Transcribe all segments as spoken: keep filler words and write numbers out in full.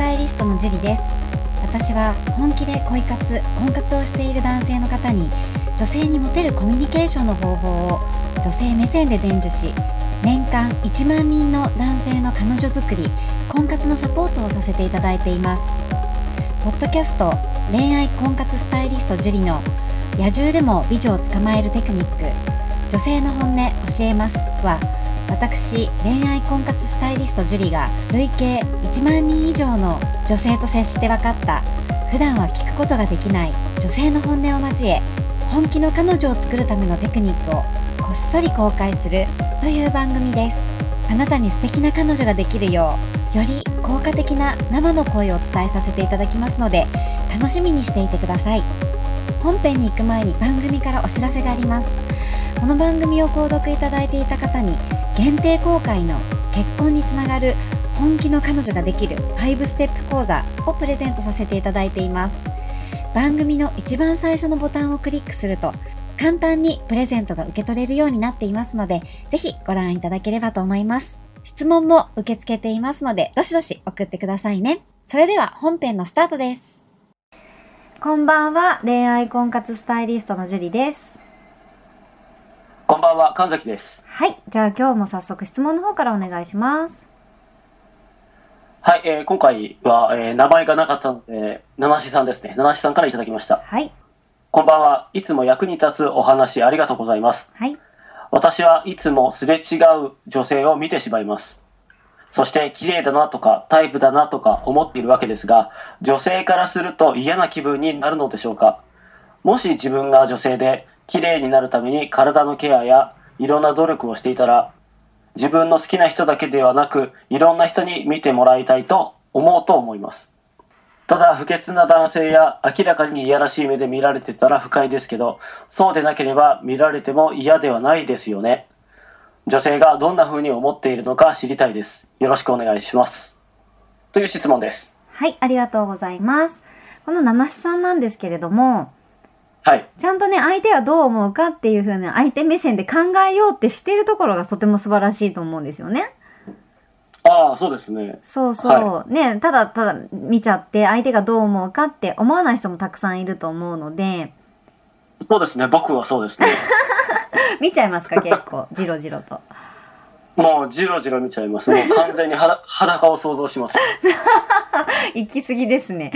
タイリストのジュリです。私は本気で恋活、婚活をしている男性の方に女性にモテるコミュニケーションの方法を女性目線で伝授し、年間いちまんにんの男性の彼女作り、婚活のサポートをさせていただいています。ポッドキャスト恋愛婚活スタイリストジュリの野獣でも美女を捕まえるテクニック、女性の本音教えますは、私恋愛婚活スタイリストジュリが累計いちまんにん以上の女性と接して分かった普段は聞くことができない女性の本音を交え、本気の彼女を作るためのテクニックをこっそり公開するという番組です。あなたに素敵な彼女ができるよう、より効果的な生の声をお伝えさせていただきますので、楽しみにしていてください。本編に行く前に番組からお知らせがあります。この番組を購読いただいていた方に限定公開の結婚につながる本気の彼女ができるごステップ講座をプレゼントさせていただいています。番組の一番最初のボタンをクリックすると簡単にプレゼントが受け取れるようになっていますので、ぜひご覧いただければと思います。質問も受け付けていますので、どしどし送ってくださいね。それでは本編のスタートです。こんばんは、恋愛婚活スタイリストのジュリです。 こんばんは、神崎です。 はい、じゃあ今日も早速質問の方からお願いします。 はい、えー、今回は、えー、名前がなかったので、七志さんですね。七志さんからいただきました。 はい。 こんばんは。いつも役に立つお話ありがとうございます。 はい。 私はいつもすれ違う女性を見てしまいます。そして綺麗だなとかタイプだなとか思っているわけですが、女性からすると嫌な気分になるのでしょうか。もし自分が女性で綺麗になるために体のケアやいろんな努力をしていたら、自分の好きな人だけではなくいろんな人に見てもらいたいと思うと思います。ただ不潔な男性や明らかにいやらしい目で見られてたら不快ですけど、そうでなければ見られても嫌ではないですよね。女性がどんな風に思っているのか知りたいです。よろしくお願いします。という質問です。 はい、ありがとうございます。この七志さんなんですけれども、 はい、 ちゃんとね、相手はどう思うかっていう風な相手目線で考えようってしているところがとても素晴らしいと思うんですよね。 ああ、そうですね。 そうそう、はい、ね、ただただ見ちゃって相手がどう思うかって思わない人もたくさんいると思うので。 そうですね、僕はそうですね。 見ちゃいますか、結構ジロジロと。 もうジロジロ見ちゃいます。もう完全に裸を想像します。 行き過ぎですね。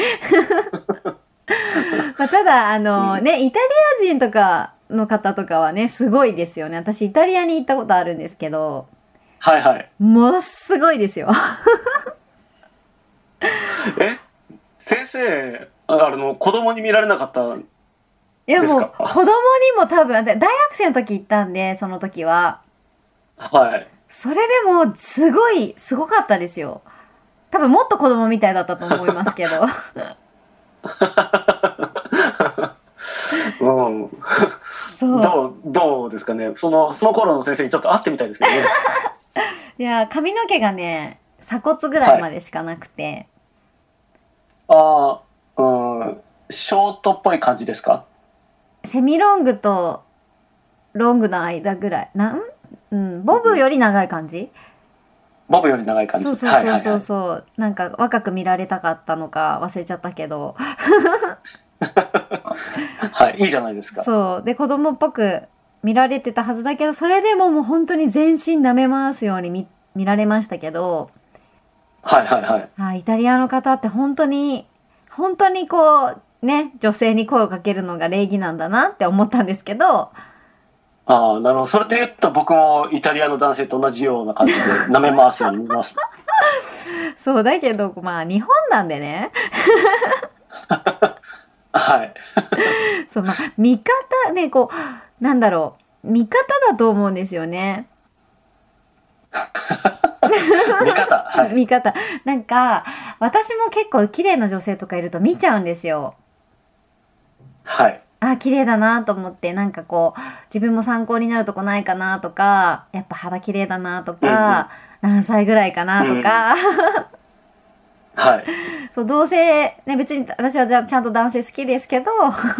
まあ、ただあのね、イタリア人とかの方とかはね、すごいですよね。私イタリアに行ったことあるんですけど、 はいはい、 ものすごいですよ。 え、先生、あの子供に見られなかったんですか？ いやもう子供にも多分、大学生の時行ったんで、その時は。 はい。 それでもすごいすごかったですよ。多分もっと子供みたいだったと思いますけど。 うん、そうどうどうですかね。そのその頃の先生にちょっと会ってみたいですけどね。 いや、髪の毛がね、鎖骨ぐらいまでしかなくて、 はい、ああ、うん、ショートっぽい感じですか？ セミロングとロングの間ぐらい、なん、うん、ボブより長い感じ。 ボブより長い感じ。 そうそうそうそうそう、はいはいはい、なんか若く見られたかったのか忘れちゃったけど。 はい、いいじゃないですか。 そうで、子供っぽく見られてたはずだけど、それでももう本当に全身舐め回すように 見, 見られましたけど。 はいはいはい。 あ、イタリアの方って本当に本当にこうね、女性に声をかけるのが礼儀なんだなって思ったんですけど。 ああ、なるほど。それで言うと僕もイタリアの男性と同じような感じで舐め回すように見ます。 そうだけど、まあ日本なんでね。 はい。 そう、まあ味方ね、こうなんだろう、味方だと思うんですよね。 見方、はい、 見方、なんか私も結構綺麗な女性とかいると見ちゃうんですよ。 はい。 あ、綺麗だなと思って、なんかこう自分も参考になるとこないかなとか、やっぱ肌綺麗だなとか、うんうん、何歳ぐらいかなとか、うん、 はい。 そう、同性ね、別に私はじゃちゃんと男性好きですけど。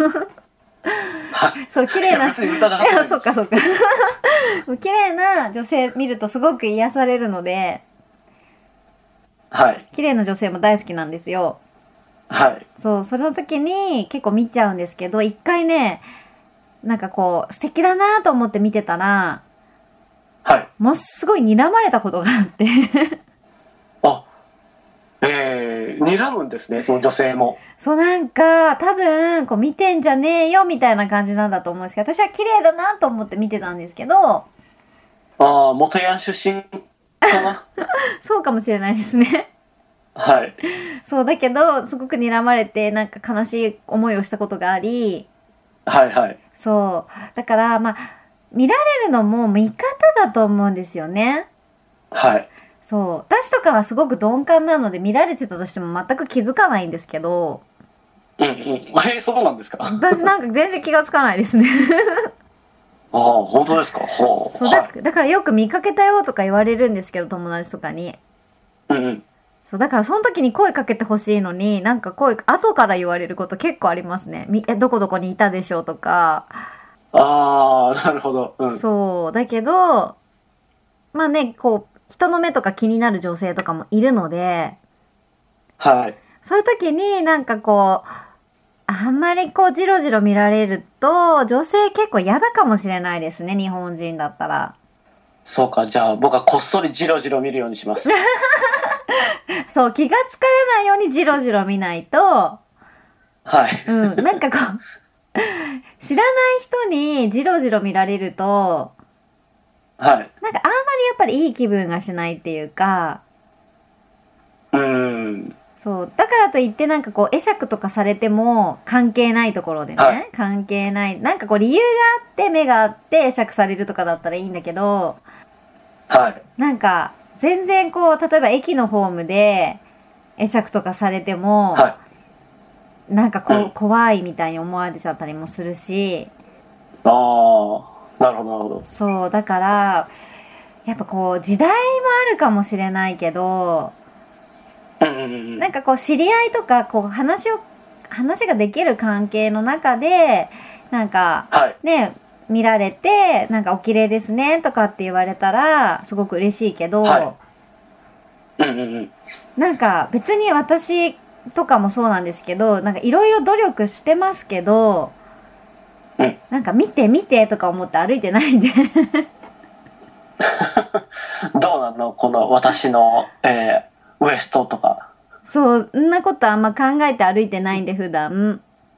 そう、綺麗な、いや、そっかそっか。綺麗な女性見るとすごく癒されるので、 はい。 綺麗な女性も大好きなんですよ。 はい。 そう、その時に結構見ちゃうんですけど、一回ね、なんかこう、素敵だなと思って見てたら、 はい。 ものすごい睨まれたことがあって。 あ、えー、睨むんですね、その女性も。 そう、なんか、多分、こう見てんじゃねえよみたいな感じなんだと思うんですけど、私は綺麗だなと思って見てたんですけど、 ああ、元ヤン出身かな。 そうかもしれないですね。 はい。 そうだけど、すごく睨まれて、なんか悲しい思いをしたことがあり、 はいはい。 そう。だから、まあ、見られるのも見方だと思うんですよね。 はい。 そう。私とかはすごく鈍感なので見られてたとしても全く気づかないんですけど、 うんうん。えー、そうなんですか。あ私なんか全然気がつかないですね。 あ、本当ですか。ほう。 そうだ、 はい。 だからよく見かけたよとか言われるんですけど、友達とかに。 うんうん。 そう、だからその時に声かけてほしいのに、なんか声、後から言われること結構ありますね。み、え、どこどこにいたでしょうとか。 ああ、なるほど。うん。 そう。だけど、まあね、こう、人の目とか気になる女性とかもいるので、 はい。 そういう時になんかこう、あんまりこう、じろじろ見られると、女性結構嫌だかもしれないですね、日本人だったら。 そうか。じゃあ、僕はこっそりジロジロ見るようにします。 そう、気がつかれないようにじろじろ見ないと、 はい。 うん、なんかこう、知らない人にじろじろ見られると、 はい。 なんかあんまりやっぱりいい気分がしないっていうか、 うーん。 そう。だからといってなんかこう会釈とかされても関係ないところでね、 はい関係ない。なんかこう理由があって目があって会釈されるとかだったらいいんだけど、 はい。 なんか全然こう、例えば駅のホームで会釈とかされても、 はい。 なんかこう、 うん怖いみたいに思われちゃったりもするし、 ああ、なるほど、なるほど。 そう、だから、やっぱこう時代もあるかもしれないけど、 うんうんうんなんかこう知り合いとかこう話を話ができる関係の中でなんかはい。 ね見られてなんかお綺麗ですねとかって言われたらすごく嬉しいけど、 はい。うんうんうん。 なんか別に私とかもそうなんですけど、なんかいろいろ努力してますけど、 うんなんか見て見てとか思って歩いてないんでどうなのこの私の、えー、ウエストとか。 そうそんなことあんま考えて歩いてないんで普段。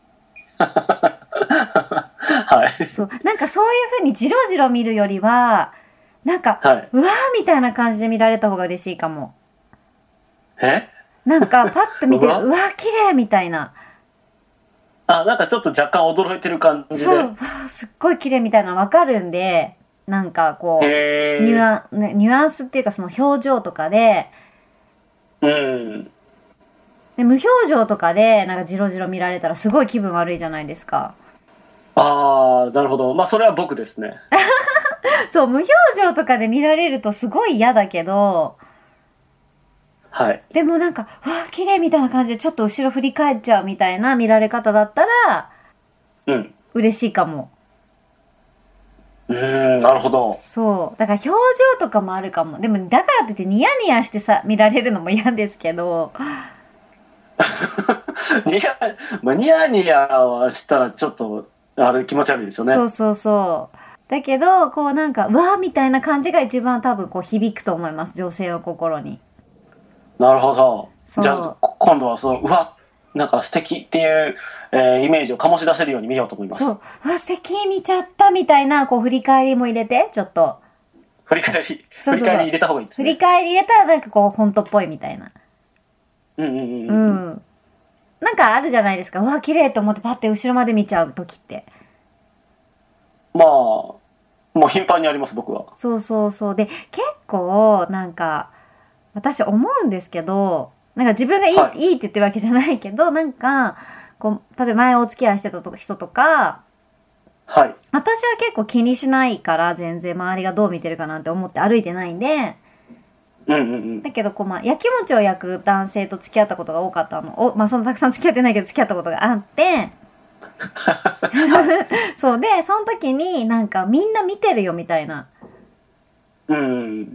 はい。 そうなんかそういう風にジロジロ見るよりはなんか、 はい。 うわーみたいな感じで見られた方が嬉しいかも。 えなんかパッと見てうわうわー綺麗みたいな、 あ、なんかちょっと若干驚いてる感じで。 そう、わーすっごい綺麗みたいなのわかるんで、なんかこうへニュー。 アン、ね、ニュアンスっていうかその表情とかでうん。 で無表情とかでなんかジロジロ見られたらすごい気分悪いじゃないですか。 ああ、なるほど。まあ、それは僕ですね。 そう無表情とかで見られるとすごい嫌だけど、 はい。 でもなんかわあ綺麗みたいな感じでちょっと後ろ振り返っちゃうみたいな見られ方だったらうん。 嬉しいかも。 うーん、なるほど。 そうだから表情とかもあるかも。でもだからといってニヤニヤしてさ見られるのも嫌ですけど、 ニヤ、まあ、ニヤニヤはしたらちょっと、あれ気持ち悪いですよね。 そうそうそうだけどこうなんかうわーみたいな感じが一番多分こう響くと思います、女性の心に。 なるほど。 そうじゃあ、こ今度はそう、うわ、なんか素敵っていう、えーイメージを醸し出せるように見ようと思います。 そううわ素敵見ちゃったみたいなこう振り返りも入れてちょっと振り返り、 そうそう振り返り入れた方がいいです振りね。 返り入れたらなんかこう本当っぽいみたいな。 うんうんううんうん。 んなんかあるじゃないですか、うわ綺麗と思ってパッて後ろまで見ちゃう時って。 まあ、もう頻繁にあります、僕は。 そうそうそうで結構なんか私思うんですけど、なんか自分がいい、 はいいいって言ってるわけじゃないけど、なんかこう例えば前お付き合いしてた人とか、 はい。 私は結構気にしないから全然周りがどう見てるかなんて思って歩いてないんで、 うんうんうん。 だけどこうまあやきもちを焼く男性と付き合ったことが多かったの、おまあそんなたくさん付き合ってないけど付き合ったことがあってそうでその時になんかみんな見てるよみたいな、 うん、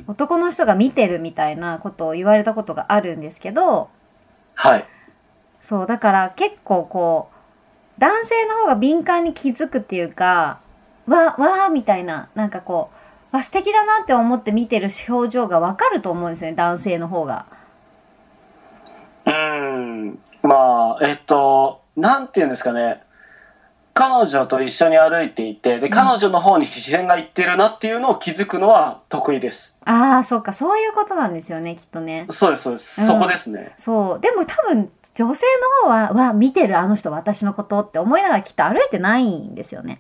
男の人が見てるみたいなことを言われたことがあるんですけど、 はい。 そうだから結構こう男性の方が敏感に気づくっていうか、わわーみたいな、なんかこうわ素敵だなって思って見てる表情がわかると思うんですね、男性の方が。 うーん、まあえっとなんていうんですかね、彼女と一緒に歩いていて、で彼女の方に視線がいってるなっていうのを気づくのは得意です。 ああ、そうか、そういうことなんですよね、きっとね。 そうですそうです、 うん、 そこですね。 そうでも多分女性の方はわ見てる、あの人私のことって思いながらきっと歩いてないんですよね。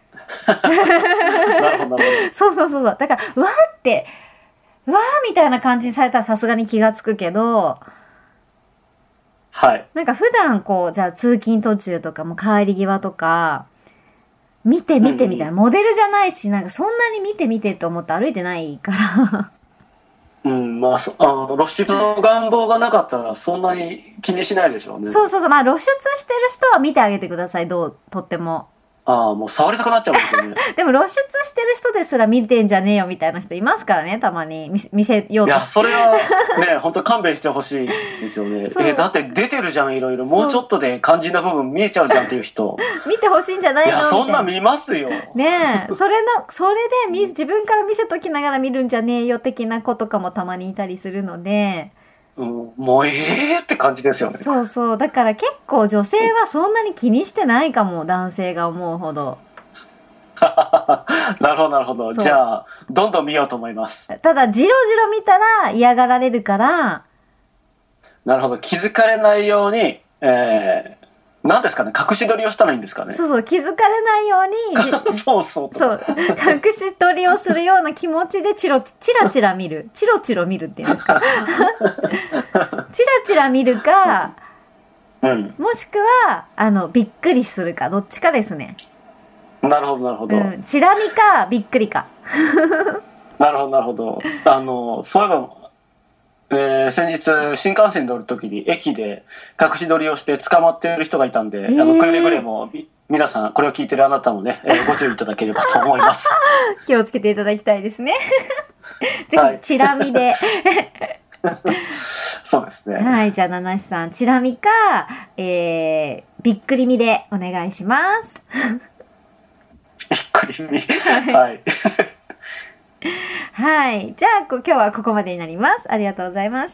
なるほどなるほど。 そうそうそうそう、だからわーってわーみたいな感じにされたらさすがに気がつくけど、 はい。 なんか普段こうじゃあ通勤途中とかも帰り際とか見て見てみたいな、うんうん、モデルじゃないし、なんかそんなに見て見てと思って歩いてないからうん、まあ、そあの露出の願望がなかったらそんなに気にしないでしょうね。 そうそうそう、まあ露出してる人は見てあげてください、どうとっても。 ああ、もう触りたくなっちゃうんですよね。 でも露出してる人ですら見てんじゃねえよみたいな人いますからね、たまに見、見せようとして。いや、 それはね、本当勘弁してほしいですよね。え、だって出てるじゃん、いろいろ。もうちょっとで肝心な部分見えちゃうじゃんっていう人。 見てほしいんじゃないの？ いや、そんな見ますよ。 ねえ、それの、それでみ自分から見せときながら見るんじゃねえよ的な子とかもたまにいたりするので。 うん、もうええーって感じですよね。 そうそう、だから結構女性はそんなに気にしてないかも、男性が思うほど。 なるほどなるほど。じゃあどんどん見ようと思います。 ただジロジロ見たら嫌がられるから。 なるほど、気づかれないように、えー、なんですかね、隠し撮りをしたらいいんですかね。 そうそう、気づかれないようにそうそうそう隠し撮りをするような気持ちでチロチラチラ見る、チロチロ見るっていうんですかチラチラ見るか、うん、もしくはあのびっくりするか、どっちかですね。 なるほどなるほど、うん、 チラ見かびっくりかなるほどなるほど。あのそういえば、えー、先日新幹線に乗るときに駅で隠し撮りをして捕まっている人がいたんで、えー、あのくれぐれも皆さん、これを聞いてるあなたもね、えー、ご注意いただければと思います気をつけていただきたいですねぜひチラ見でそうですね。 はい、じゃあ七七さん、チラ見か、えー、びっくり見でお願いしますびっくり見はいはい、じゃあ今日はここまでになります。ありがとうございました。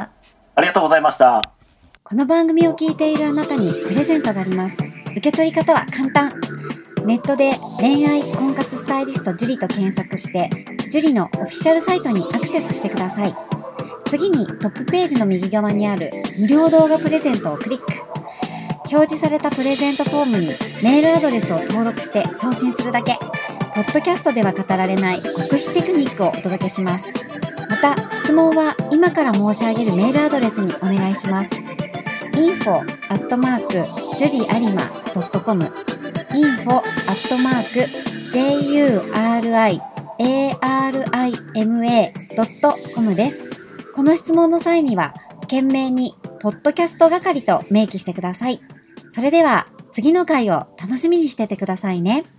ありがとうございました。 この番組を聞いているあなたにプレゼントがあります。受け取り方は簡単。ネットで恋愛婚活スタイリスト樹と検索して樹のオフィシャルサイトにアクセスしてください。次にトップページの右側にある無料動画プレゼントをクリック。表示されたプレゼントフォームにメールアドレスを登録して送信するだけ。ポッドキャストでは語られない極秘テクニックをお届けします。また質問は今から申し上げるメールアドレスにお願いします。インフォ アットマーク ジュリアリマ ドットコム インフォ アットマーク ジェイユーアールアイエーアールアイエムエー ドットコム です。この質問の際には懸命にポッドキャスト係と明記してください。それでは次の回を楽しみにしててくださいね。